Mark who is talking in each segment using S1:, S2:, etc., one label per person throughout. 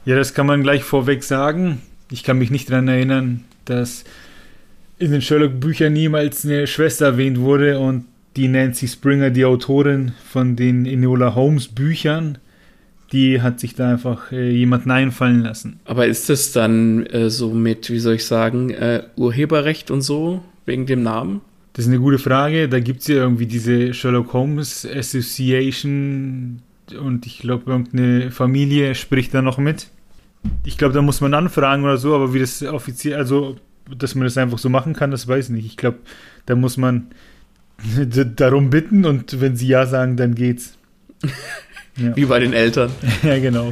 S1: Ja, das kann man gleich vorweg sagen. Ich kann mich nicht daran erinnern, dass in den Sherlock-Büchern niemals eine Schwester erwähnt wurde und die Nancy Springer, die Autorin von den Enola Holmes Büchern, die hat sich da einfach jemanden einfallen lassen.
S2: Aber ist das dann so mit, wie soll ich sagen, Urheberrecht und so, wegen dem Namen?
S1: Das ist eine gute Frage. Da gibt es ja irgendwie diese Sherlock Holmes Association und ich glaube, irgendeine Familie spricht da noch mit. Ich glaube, da muss man anfragen oder so, aber wie das offiziell, also, dass man das einfach so machen kann, das weiß ich nicht. Ich glaube, da muss man darum bitten und wenn sie ja sagen, dann geht's. Ja.
S2: Wie bei den Eltern.
S1: Ja, genau.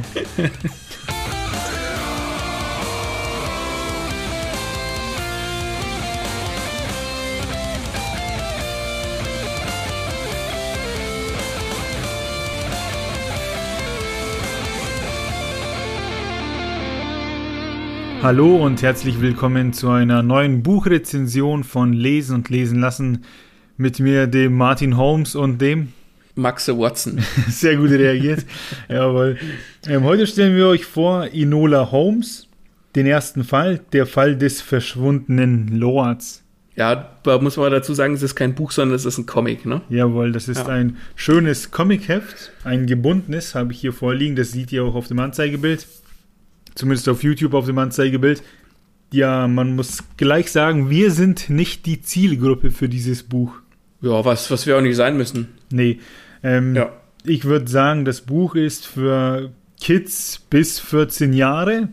S1: Hallo und herzlich willkommen zu einer neuen Buchrezension von Lesen und Lesen lassen mit mir, dem Martin Holmes und dem
S2: Maxe Watson.
S1: Sehr gut reagiert. Jawohl. Heute stellen wir euch vor Enola Holmes, den ersten Fall, der Fall des verschwundenen Lords.
S2: Ja, da muss man dazu sagen, es ist kein Buch, sondern es ist ein Comic, ne?
S1: Jawohl, das ist ein schönes Comicheft, ein gebundenes, habe ich hier vorliegen, das seht ihr auch auf dem Anzeigebild. Zumindest auf YouTube auf dem Anzeigebild. Ja, man muss gleich sagen, wir sind nicht die Zielgruppe für dieses Buch.
S2: Ja, was wir auch nicht sein müssen.
S1: Nee. Ich würde sagen, das Buch ist für Kids bis 14 Jahre.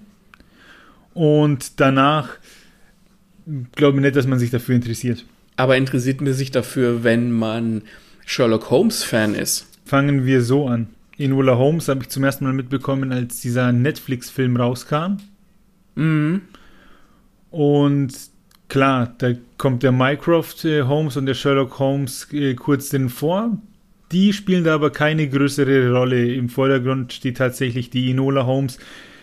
S1: Und danach glaube ich nicht, dass man sich dafür interessiert.
S2: Aber interessiert man sich dafür, wenn man Sherlock Holmes-Fan ist?
S1: Fangen wir so an. Enola Holmes habe ich zum ersten Mal mitbekommen, als dieser Netflix-Film rauskam.
S2: Mhm.
S1: Und klar, da kommt der Mycroft Holmes und der Sherlock Holmes kurz drin vor. Die spielen da aber keine größere Rolle. Im Vordergrund steht tatsächlich die Enola Holmes,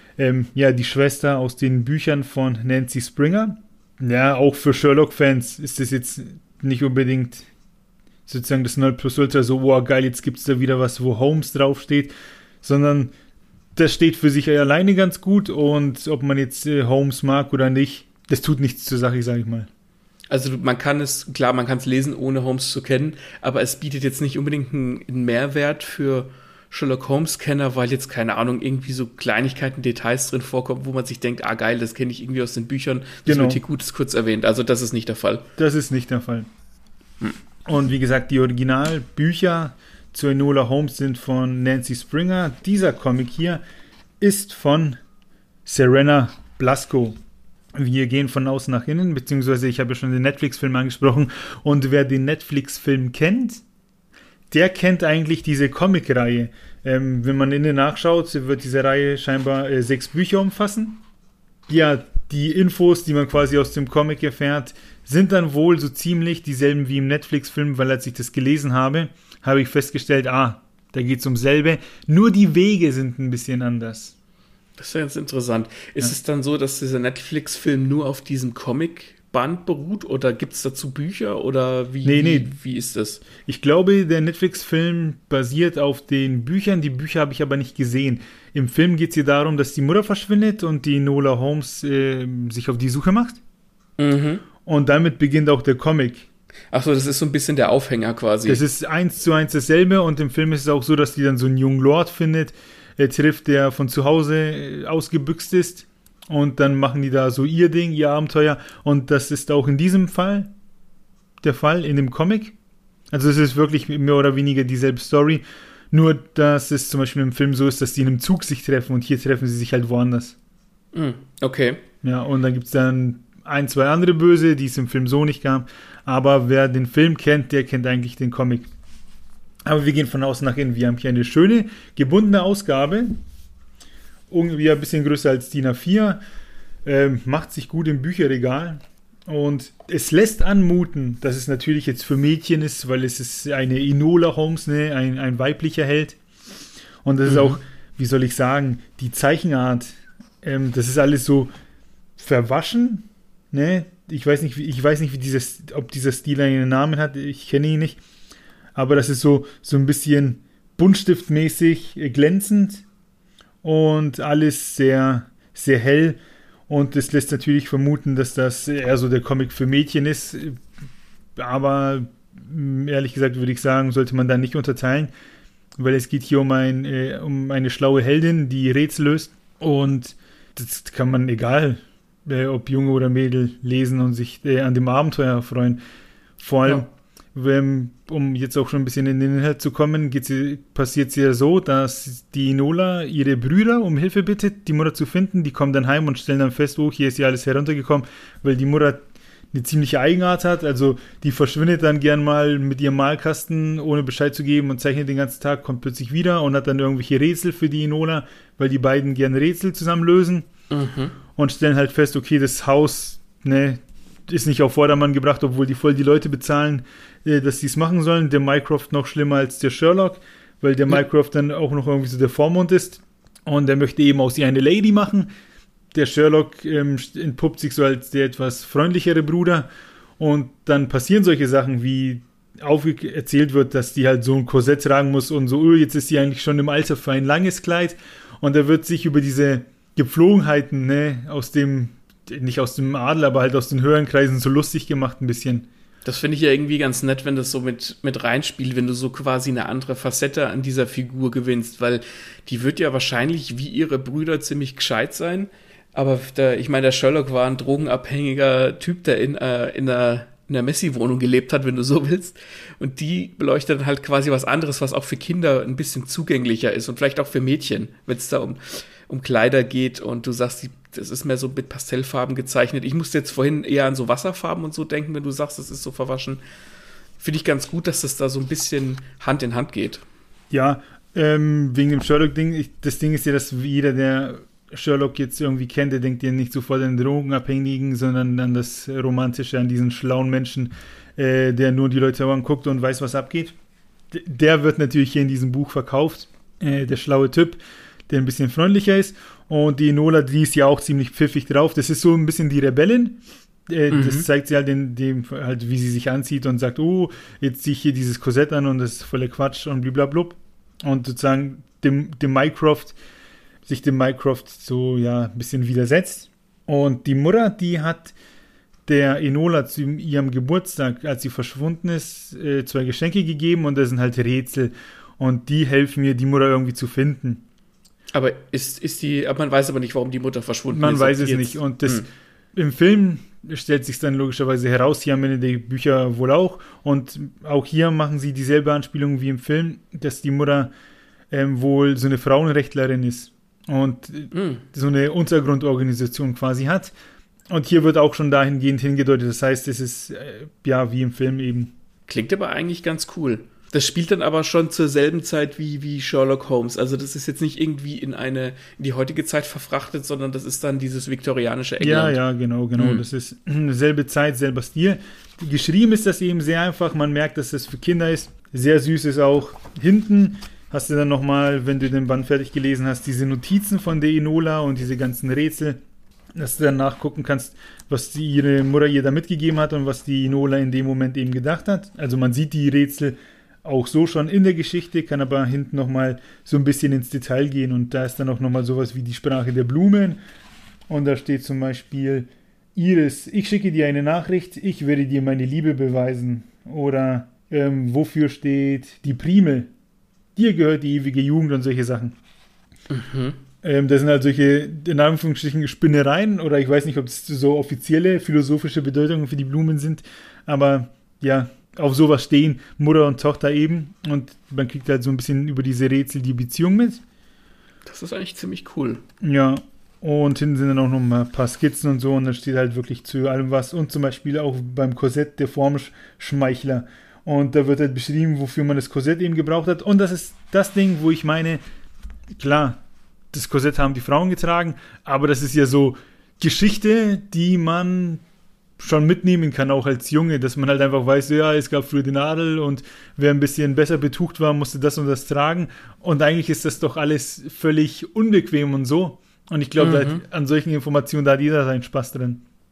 S1: die Schwester aus den Büchern von Nancy Springer. Ja, auch für Sherlock-Fans ist das jetzt nicht unbedingt sozusagen das Nonplusultra, so, oh geil, jetzt gibt es da wieder was, wo Holmes draufsteht, sondern das steht für sich alleine ganz gut und ob man jetzt Holmes mag oder nicht, das tut nichts zur Sache, sage ich mal.
S2: Also man kann es lesen, ohne Holmes zu kennen, aber es bietet jetzt nicht unbedingt einen Mehrwert für Sherlock Holmes-Kenner, weil jetzt, keine Ahnung, irgendwie so Kleinigkeiten, Details drin vorkommen, wo man sich denkt, geil, das kenne ich irgendwie aus den Büchern, das wird hier kurz erwähnt. Also das ist nicht der Fall.
S1: Das ist nicht der Fall. Und wie gesagt, die Originalbücher zu Enola Holmes sind von Nancy Springer. Dieser Comic hier ist von Serena Blasco. Wir gehen von außen nach innen, beziehungsweise ich habe ja schon den Netflix-Film angesprochen. Und wer den Netflix-Film kennt, der kennt eigentlich diese Comic-Reihe. Wenn man innen nachschaut, wird diese Reihe scheinbar 6 Bücher umfassen. Ja, die Infos, die man quasi aus dem Comic erfährt, sind dann wohl so ziemlich dieselben wie im Netflix-Film, weil als ich das gelesen habe, habe ich festgestellt, da geht es um selbe, nur die Wege sind ein bisschen anders.
S2: Das ist ja ganz interessant. Ist es dann so, dass dieser Netflix-Film nur auf diesem Comic-Band beruht oder gibt es dazu Bücher oder wie ist das?
S1: Ich glaube, der Netflix-Film basiert auf den Büchern, die Bücher habe ich aber nicht gesehen. Im Film geht es hier darum, dass die Mutter verschwindet und die Enola Holmes sich auf die Suche macht.
S2: Mhm.
S1: Und damit beginnt auch der Comic.
S2: Achso, das ist so ein bisschen der Aufhänger quasi.
S1: Das ist 1:1 dasselbe und im Film ist es auch so, dass die dann so einen jungen Lord findet, trifft, der von zu Hause ausgebüxt ist und dann machen die da so ihr Ding, ihr Abenteuer und das ist auch in diesem Fall der Fall, in dem Comic. Also es ist wirklich mehr oder weniger dieselbe Story, nur dass es zum Beispiel im Film so ist, dass die in einem Zug sich treffen und hier treffen sie sich halt woanders.
S2: Okay.
S1: Ja, und dann gibt es dann 1, 2 andere Böse, die es im Film so nicht gab. Aber wer den Film kennt, der kennt eigentlich den Comic. Aber wir gehen von außen nach innen. Wir haben hier eine schöne, gebundene Ausgabe. Irgendwie ein bisschen größer als DIN A4. Macht sich gut im Bücherregal. Und es lässt anmuten, dass es natürlich jetzt für Mädchen ist, weil es ist eine Enola Holmes, ne? ein weiblicher Held. Und das ist auch, wie soll ich sagen, die Zeichenart. Das ist alles so verwaschen. Ne? Ich weiß nicht, ob dieser Stil einen Namen hat, ich kenne ihn nicht. Aber das ist so ein bisschen buntstiftmäßig glänzend und alles sehr, sehr hell. Und das lässt natürlich vermuten, dass das eher so der Comic für Mädchen ist. Aber ehrlich gesagt würde ich sagen, sollte man da nicht unterteilen, weil es geht hier um eine schlaue Heldin, die Rätsel löst. Und das kann man, egal ob Junge oder Mädel, lesen und sich an dem Abenteuer freuen. Vor allem, um jetzt auch schon ein bisschen in den Inhalt zu kommen, passiert es ja so, dass die Enola ihre Brüder um Hilfe bittet, die Mutter zu finden. Die kommen dann heim und stellen dann fest, oh, hier ist ja alles heruntergekommen, weil die Mutter eine ziemliche Eigenart hat. Also die verschwindet dann gern mal mit ihrem Malkasten, ohne Bescheid zu geben, und zeichnet den ganzen Tag, kommt plötzlich wieder und hat dann irgendwelche Rätsel für die Enola, weil die beiden gerne Rätsel zusammen lösen. Und stellen halt fest, okay, das Haus, ne, ist nicht auf Vordermann gebracht, obwohl die voll die Leute bezahlen, dass die es machen sollen. Der Mycroft noch schlimmer als der Sherlock, weil der Mycroft dann auch noch irgendwie so der Vormund ist und der möchte eben aus ihr eine Lady machen. Der Sherlock entpuppt sich so als der etwas freundlichere Bruder, und dann passieren solche Sachen, wie erzählt wird, dass die halt so ein Korsett tragen muss und so, jetzt ist sie eigentlich schon im Alter für ein langes Kleid, und er wird sich über diese Gepflogenheiten, ne, nicht aus dem Adel, aber halt aus den höheren Kreisen so lustig gemacht ein bisschen.
S2: Das finde ich ja irgendwie ganz nett, wenn das so mit reinspielt, wenn du so quasi eine andere Facette an dieser Figur gewinnst, weil die wird ja wahrscheinlich wie ihre Brüder ziemlich gescheit sein, aber ich meine, der Sherlock war ein drogenabhängiger Typ, der in einer Messi-Wohnung gelebt hat, wenn du so willst, und die beleuchtet dann halt quasi was anderes, was auch für Kinder ein bisschen zugänglicher ist und vielleicht auch für Mädchen, wenn es da um Kleider geht und du sagst, das ist mehr so mit Pastellfarben gezeichnet. Ich musste jetzt vorhin eher an so Wasserfarben und so denken, wenn du sagst, das ist so verwaschen. Finde ich ganz gut, dass das da so ein bisschen Hand in Hand geht.
S1: Ja, wegen dem Sherlock-Ding, das Ding ist ja, dass jeder, der Sherlock jetzt irgendwie kennt, der denkt ja nicht sofort an den Drogenabhängigen, sondern an das Romantische, an diesen schlauen Menschen, der nur die Leute anguckt und weiß, was abgeht. Der wird natürlich hier in diesem Buch verkauft, der schlaue Typ, der ein bisschen freundlicher ist, und die Enola, die ist ja auch ziemlich pfiffig drauf. Das ist so ein bisschen die Rebellin. Das zeigt sie halt halt, wie sie sich anzieht und sagt, oh, jetzt ziehe ich hier dieses Korsett an und das ist voller Quatsch und blablabla. Und sozusagen dem Mycroft so, ja, ein bisschen widersetzt. Und die Mutter, die hat der Enola zu ihrem Geburtstag, als sie verschwunden ist, 2 Geschenke gegeben, und das sind halt Rätsel. Und die helfen mir, die Mutter irgendwie zu finden.
S2: Aber man weiß aber nicht, warum die Mutter verschwunden ist.
S1: Man weiß es nicht. Und im Film stellt sich dann logischerweise heraus, hier am Ende der Bücher wohl auch. Und auch hier machen sie dieselbe Anspielung wie im Film, dass die Mutter wohl so eine Frauenrechtlerin ist und so eine Untergrundorganisation quasi hat. Und hier wird auch schon dahingehend hingedeutet. Das heißt, es ist ja wie im Film eben.
S2: Klingt aber eigentlich ganz cool. Das spielt dann aber schon zur selben Zeit wie Sherlock Holmes. Also das ist jetzt nicht irgendwie in die heutige Zeit verfrachtet, sondern das ist dann dieses viktorianische England.
S1: Ja, genau. Das ist selbe Zeit, selber Stil. Geschrieben ist das eben sehr einfach. Man merkt, dass das für Kinder ist. Sehr süß ist auch. Hinten hast du dann nochmal, wenn du den Band fertig gelesen hast, diese Notizen von der Enola und diese ganzen Rätsel, dass du dann nachgucken kannst, was ihre Mutter ihr da mitgegeben hat und was die Enola in dem Moment eben gedacht hat. Also man sieht die Rätsel auch so schon in der Geschichte, kann aber hinten nochmal so ein bisschen ins Detail gehen, und da ist dann auch nochmal sowas wie die Sprache der Blumen, und da steht zum Beispiel: Iris, ich schicke dir eine Nachricht, ich werde dir meine Liebe beweisen. Oder wofür steht die Primel? Dir gehört die ewige Jugend und solche Sachen. Das sind halt solche, in Anführungsstrichen, Spinnereien, oder ich weiß nicht, ob es so offizielle philosophische Bedeutungen für die Blumen sind, aber ja, auf sowas stehen Mutter und Tochter eben, und man kriegt halt so ein bisschen über diese Rätsel die Beziehung mit.
S2: Das ist eigentlich ziemlich cool.
S1: Ja, und hinten sind dann auch noch mal ein paar Skizzen und so, und da steht halt wirklich zu allem was, und zum Beispiel auch beim Korsett der Formschmeichler, und da wird halt beschrieben, wofür man das Korsett eben gebraucht hat, und das ist das Ding, wo ich meine, klar, das Korsett haben die Frauen getragen, aber das ist ja so Geschichte, die man schon mitnehmen kann, auch als Junge, dass man halt einfach weiß, ja, es gab früher den Adel, und wer ein bisschen besser betucht war, musste das und das tragen, und eigentlich ist das doch alles völlig unbequem und so, und ich glaube, an solchen Informationen, da hat jeder seinen Spaß drin.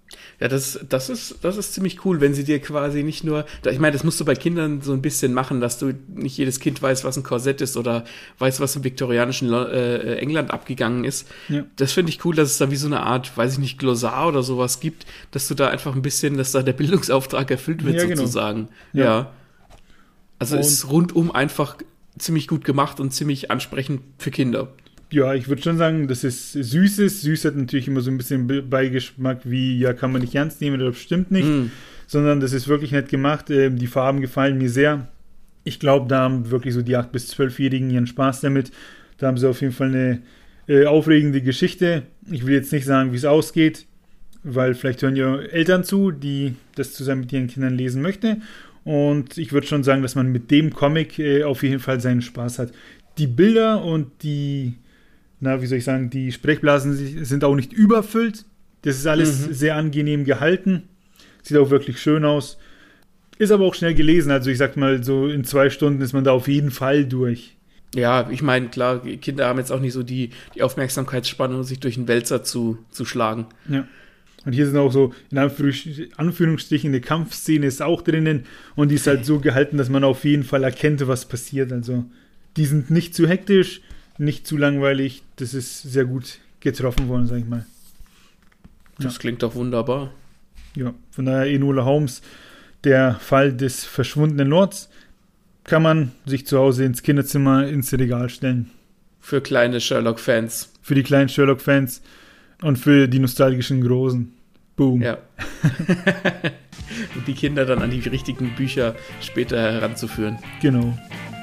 S2: Ja, das ist ziemlich cool, wenn sie dir quasi nicht nur, ich meine, das musst du bei Kindern so ein bisschen machen, dass du nicht jedes Kind weiß, was ein Korsett ist oder weiß, was im viktorianischen England abgegangen ist. Ja. Das finde ich cool, dass es da wie so eine Art, weiß ich nicht, Glossar oder sowas gibt, dass du da einfach ein bisschen, dass da der Bildungsauftrag erfüllt wird, ja, sozusagen. Genau. Ja. Also ist rundum einfach ziemlich gut gemacht und ziemlich ansprechend für Kinder.
S1: Ja, ich würde schon sagen, das ist Süßes. Süß hat natürlich immer so ein bisschen Beigeschmack wie, ja, kann man nicht ernst nehmen oder bestimmt nicht. Sondern das ist wirklich nett gemacht. Die Farben gefallen mir sehr. Ich glaube, da haben wirklich so die 8- bis 12-Jährigen ihren Spaß damit. Da haben sie auf jeden Fall eine aufregende Geschichte. Ich will jetzt nicht sagen, wie es ausgeht, weil vielleicht hören ja Eltern zu, die das zusammen mit ihren Kindern lesen möchten. Und ich würde schon sagen, dass man mit dem Comic auf jeden Fall seinen Spaß hat. Die Bilder und die Sprechblasen sind auch nicht überfüllt. Das ist alles sehr angenehm gehalten. Sieht auch wirklich schön aus. Ist aber auch schnell gelesen. Also ich sag mal, so in 2 Stunden ist man da auf jeden Fall durch.
S2: Ja, ich meine, klar, Kinder haben jetzt auch nicht so die Aufmerksamkeitsspanne, um sich durch einen Wälzer zu schlagen.
S1: Ja. Und hier sind auch so, in Anführungsstrichen, eine Kampfszene ist auch drinnen. Und die ist halt so gehalten, dass man auf jeden Fall erkennt, was passiert. Also die sind nicht zu hektisch, nicht zu langweilig. Das ist sehr gut getroffen worden, sag ich mal.
S2: Das klingt doch wunderbar.
S1: Ja, von daher Enola Holmes, der Fall des verschwundenen Lords, kann man sich zu Hause ins Kinderzimmer ins Regal stellen.
S2: Für kleine Sherlock-Fans.
S1: Für die kleinen Sherlock-Fans und für die nostalgischen Großen. Boom.
S2: Ja. Und die Kinder dann an die richtigen Bücher später heranzuführen.
S1: Genau.